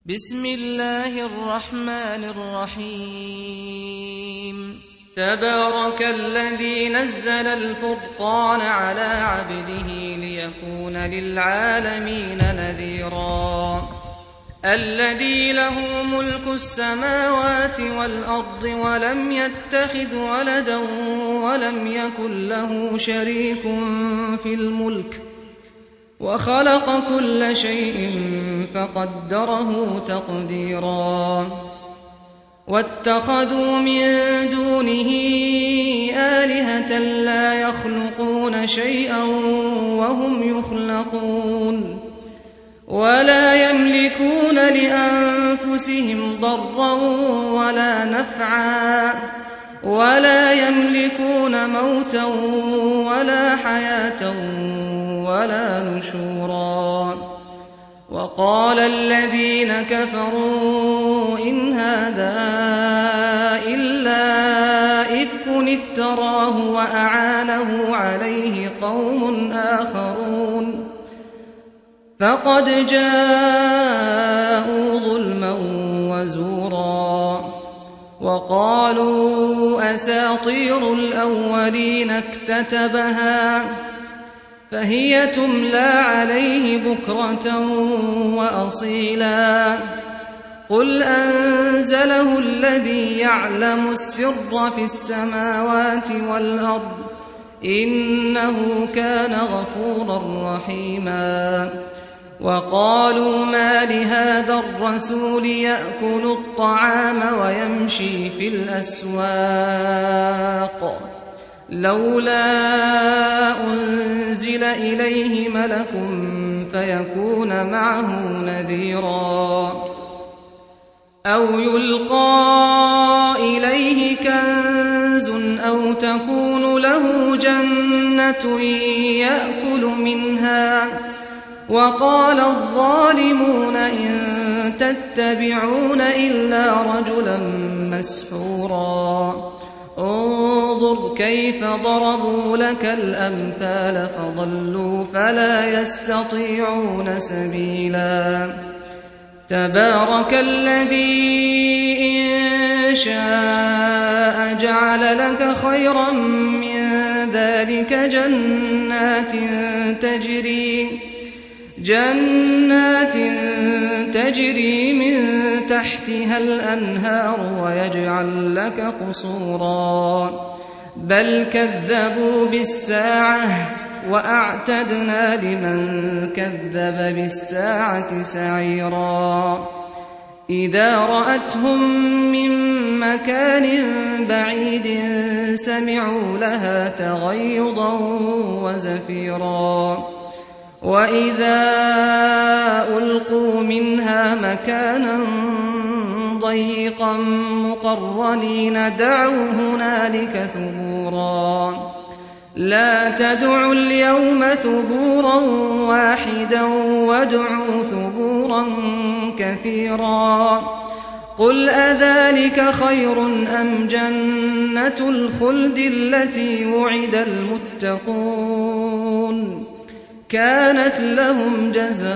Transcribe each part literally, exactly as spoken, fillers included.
بسم الله الرحمن الرحيم تبارك الذي نزل الفرقان على عبده ليكون للعالمين نذيرا الذي له ملك السماوات والأرض ولم يتخذ ولدا ولم يكن له شريك في الملك وخلق كل شيء فقدره تقديرا واتخذوا من دونه آلهة لا يخلقون شيئا وهم يخلقون ولا يملكون لأنفسهم ضرا ولا نفعا ولا يملكون موتا ولا حياة ولا نشورا وقال الذين كفروا إن هذا إلا إفك افتراه وأعانه عليه قوم آخرون فقد جاءوا ظلما وزورا وقالوا أساطير الأولين اكتتبها فهي تملى عليه بكرة وأصيلا قل أنزله الذي يعلم السر في السماوات والأرض إنه كان غفورا رحيما وقالوا ما لهذا الرسول يأكل الطعام ويمشي في الأسواق لولا أنزل إليه ملك فيكون معه نذيرا أو يلقى إليه كنز أو تكون له جنة يأكل منها وقال الظالمون إن تتبعون إلا رجلا مسحورا انظر كيف ضربوا لك الأمثال فضلوا فلا يستطيعون سبيلا تبارك الذي إن شاء جعل لك خيرا من ذلك جنات تجري جنات تجري من تحتها الأنهار ويجعل لك قصورا بل كذبوا بالساعة وأعتدنا لمن كذب بالساعة سعيرا إذا رأتهم من مكان بعيد سمعوا لها تغيظا وزفيرا وإذا ألقوا منها مكانا ضيقا مقرنين دعوا هنالك ثبورا لا تدعوا اليوم ثبورا واحدا وادعوا ثبورا كثيرا قل أذلك خير أم جنة الخلد التي وعد المتقون كانت لهم جزاء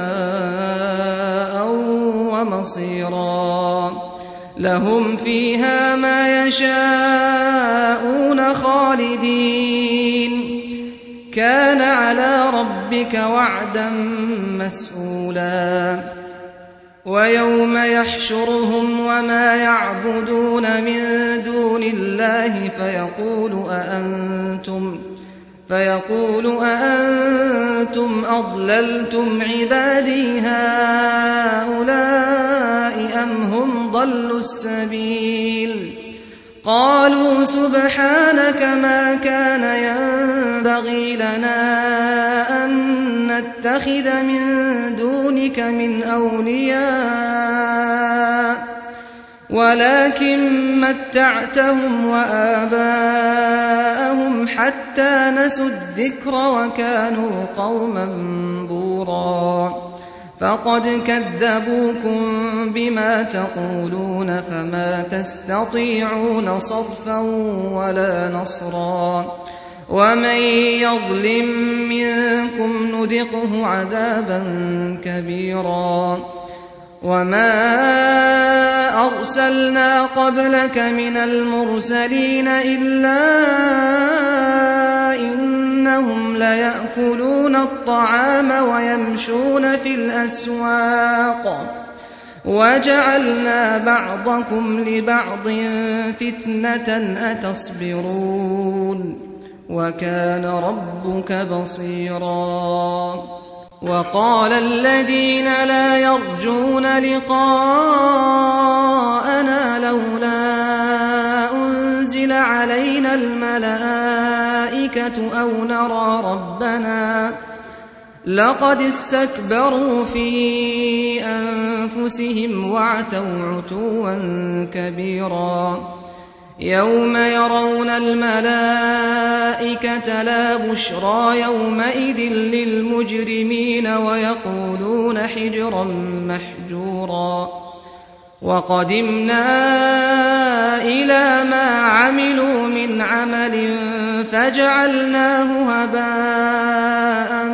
ومصيرا لهم فيها ما يشاءون خالدين كان على ربك وعدا مسئولا ويوم يحشرهم وما يعبدون من دون الله فيقول أأنتم فيقول أأنتم أضللتم عبادي هؤلاء أم هم ضلوا السبيل قالوا سبحانك ما كان ينبغي لنا أن نتخذ من دونك من أولياء ولكن متعتهم وآباءهم حتى نسوا الذكر وكانوا قوما بورا فقد كذبوكم بما تقولون فما تستطيعون صرفا ولا نصرا ومن يظلم منكم نذقه عذابا كبيرا وما أرسلنا قبلك من المرسلين إلا إنهم ليأكلون الطعام ويمشون في الأسواق وجعلنا بعضكم لبعض فتنة أتصبرون وكان ربك بصيرا وقال الذين لا يرجون لقاءنا لولا أنزل علينا الملائكة أو نرى ربنا لقد استكبروا في أنفسهم وعتوا عتوا كبيرا يوم يرون الملائكة لا بشرى يومئذ للمجرمين ويقولون حجرا محجورا وقدمنا إلى ما عملوا من عمل فجعلناه هباء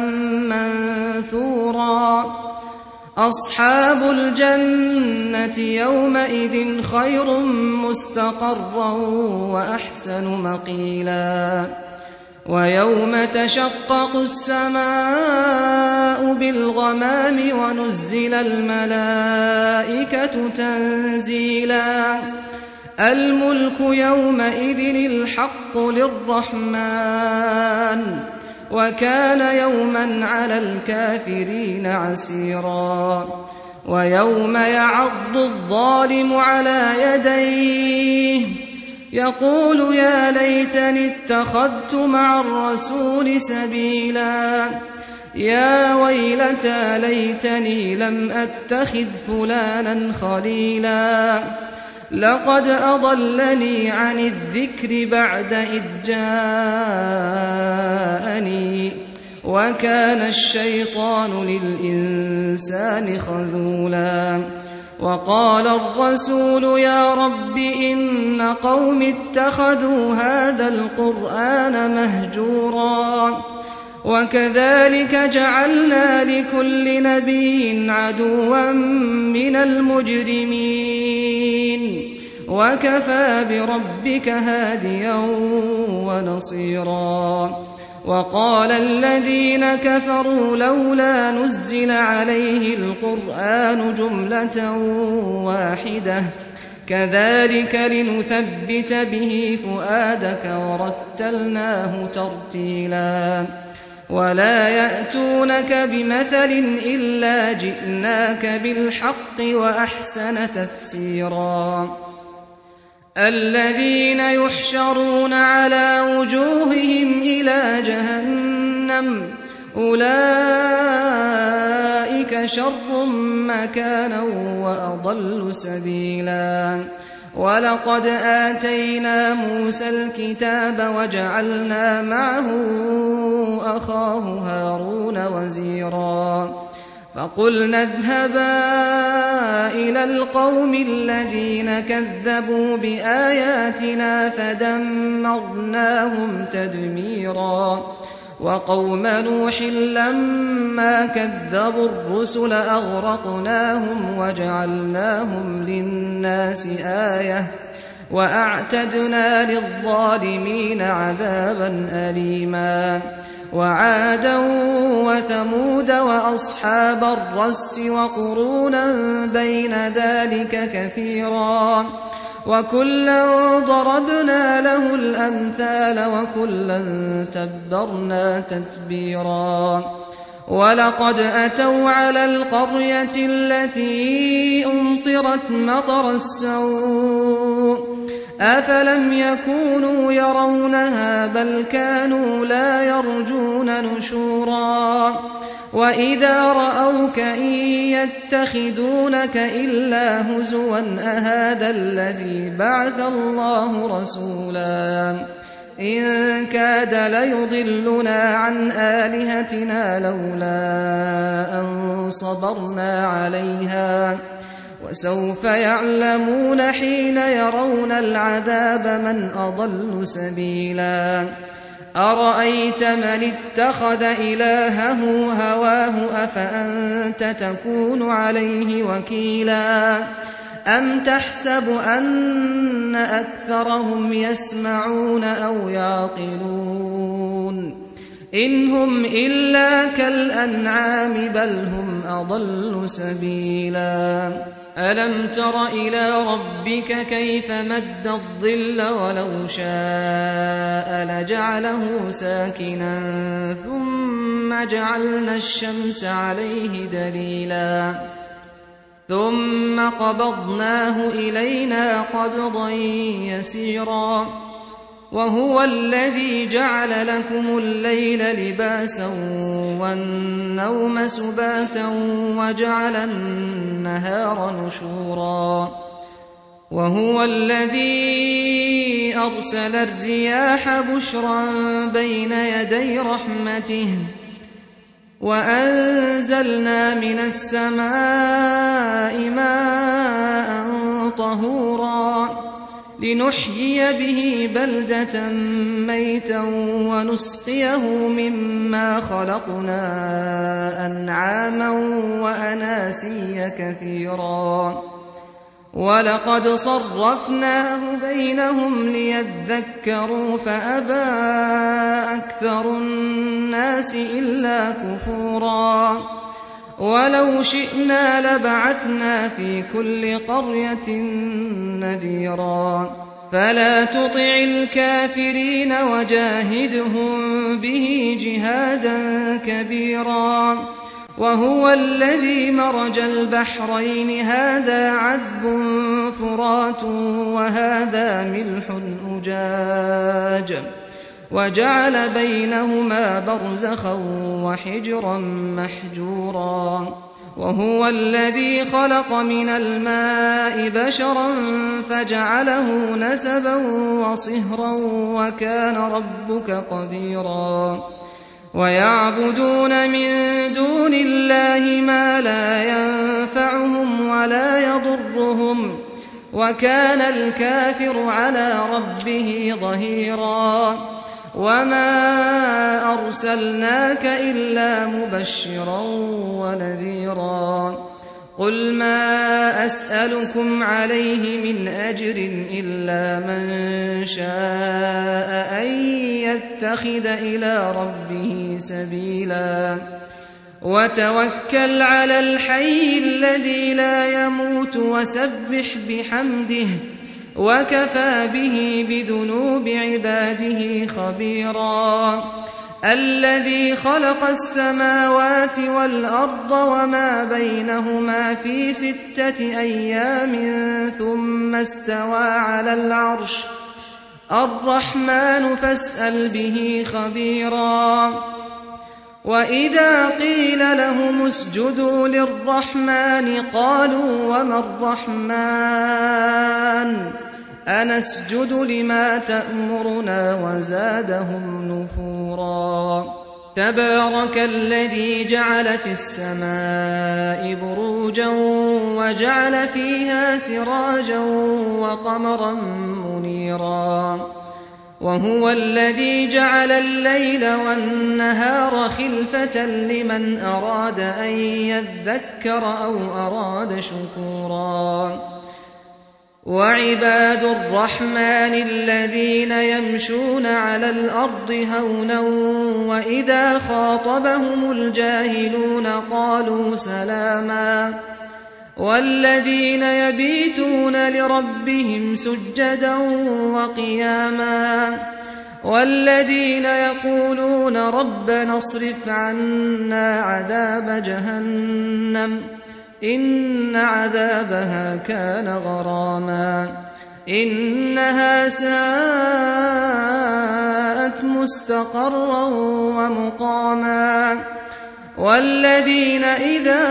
منثورا أصحاب الجنة يومئذ خير مستقرا وأحسن مقيلا ويوم تشقق السماء بالغمام ونزل الملائكة تنزيلا الملك يومئذ الحق للرحمن وكان يوما على الكافرين عسيرا ويوم يعض الظالم على يديه يقول يا ليتني اتخذت مع الرسول سبيلا يا ويلتى ليتني لم أتخذ فلانا خليلا لقد أضلني عن الذكر بعد إذ جاءني وكان الشيطان للإنسان خذولا وقال الرسول يا رب إن قوم اتخذوا هذا القرآن مهجورا وكذلك جعلنا لكل نبي عدوا من المجرمين وكفى بربك هاديا ونصيرا وقال الذين كفروا لولا نزل عليه القرآن جملة واحدة كذلك لنثبت به فؤادك ورتلناه ترتيلا ولا يأتونك بمثل إلا جئناك بالحق وأحسن تفسيرا الذين يحشرون على وجوههم إلى جهنم أولئك شر مكانا وأضل سبيلا ولقد آتينا موسى الكتاب وجعلنا معه أخاه هارون وزيرا فقلنا اذهبا إلى القوم الذين كذبوا بآياتنا فدمرناهم تدميرا وقوم نوح لما كذبوا الرسل أغرقناهم وجعلناهم للناس آية وأعتدنا للظالمين عذابا أليما وعادا وثمود وأصحاب الرس وقرونا بين ذلك كثيرا وكلا ضربنا له الأمثال وكلا تبرنا تتبيرا ولقد أتوا على القرية التي أمطرت مطر السوء أفلم يكونوا يرونها بل كانوا لا يرجون نشورا وإذا رأوك إن يتخذونك إلا هزوا أهذا الذي بعث الله رسولا إن كاد ليضلنا عن آلهتنا لولا أن صبرنا عليها وسوف يعلمون حين يرون العذاب من أضل سبيلا أرأيت من اتخذ إلهه هواه أفأنت تكون عليه وكيلا أم تحسب أن أكثرهم يسمعون أو يعقلون إن هم إلا كالأنعام بل هم أضل سبيلا ألم تر إلى ربك كيف مد الظل ولو شاء لجعله ساكنا ثم جعلنا الشمس عليه دليلا ثم قبضناه إلينا قبضا يسيرا وهو الذي جعل لكم الليل لباسا والنوم سباتا وجعل النهار نشورا وهو الذي أرسل الرياح بشرا بين يدي رحمته وأنزلنا من السماء ماء طهورا لنحيي به بلدة ميتا ونسقيه مما خلقنا أنعاما وأناسيا كثيرا ولقد صرفناه بينهم ليذكروا فأبى أكثر الناس إلا كفورا ولو شئنا لبعثنا في كل قرية نذيرا فلا تطع الكافرين وجاهدهم به جهادا كبيرا وهو الذي مرج البحرين هذا عذب فرات وهذا ملح أجاج وجعل بينهما برزخا وحجرا محجورا وهو الذي خلق من الماء بشرا فجعله نسبا وصهرا وكان ربك قديرا ويعبدون من دون الله ما لا ينفعهم ولا يضرهم وكان الكافر على ربه ظهيرا وما أرسلناك إلا مبشرا ونذيرا قل ما أسألكم عليه من أجر إلا من شاء أن يتخذ إلى ربه سبيلا وتوكل على الحي الذي لا يموت وسبح بحمده وكفى به بذنوب عباده خبيرا الذي خلق السماوات والأرض وما بينهما في ستة أيام ثم استوى على العرش الرحمن فاسأل به خبيرا وإذا قيل لهم اسجدوا للرحمن قالوا وما الرحمن أنسجد لما تأمرنا وزادهم نفورا تبارك الذي جعل في السماء بروجا وجعل فيها سراجا وقمرا منيرا وهو الذي جعل الليل والنهار خلفة لمن أراد أن يذكر أو أراد شكورا وعباد الرحمن الذين يمشون على الأرض هونا وإذا خاطبهم الجاهلون قالوا سلاما والذين يبيتون لربهم سجدا وقياما والذين يقولون ربنا اصرف عنا عذاب جهنم إن عذابها كان غراما إنها ساءت مستقرا ومقاما والذين إذا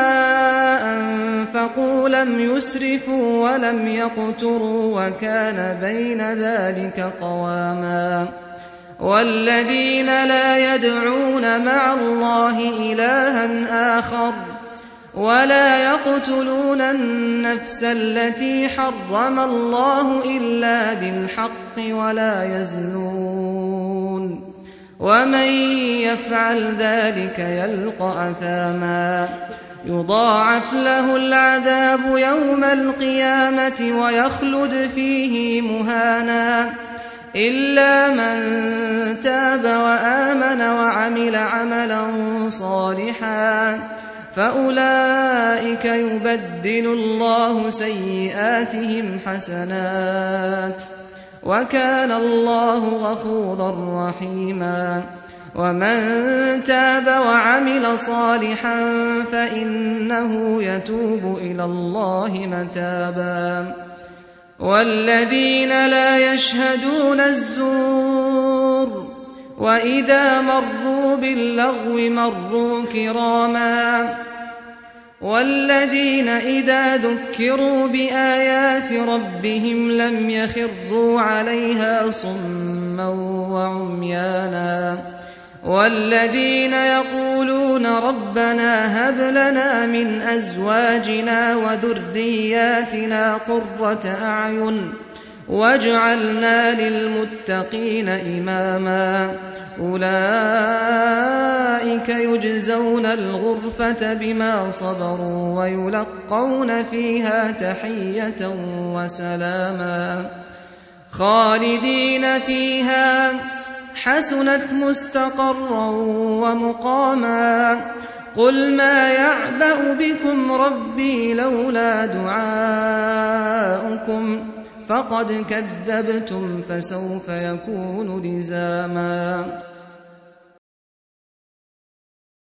أنفقوا لم يسرفوا ولم يقتروا وكان بين ذلك قواما والذين لا يدعون مع الله إلها آخر ولا يقتلون النفس التي حرم الله إلا بالحق ولا يزنون ومن يفعل ذلك يلقى أثاما يضاعف له العذاب يوم القيامة ويخلد فيه مهانا إلا من تاب وآمن وعمل عملا صالحا فأولئك يبدل الله سيئاتهم حسنات وكان الله غفورا رحيما ومن تاب وعمل صالحا فإنه يتوب إلى الله متابا والذين لا يشهدون الزور وإذا مروا باللغو مروا كراما والذين إذا ذكروا بآيات ربهم لم يخروا عليها صما وعميانا والذين يقولون ربنا هب لنا من أزواجنا وذرياتنا قرة أعين واجعلنا للمتقين إماما أولئك يجزون الغرفة بما صبروا ويلقون فيها تحية وسلاما خالدين فيها حسنت مستقرا ومقاما قل ما يعبأ بكم ربي لولا دعاؤكم فقد كذبتم فسوف يكون لزاما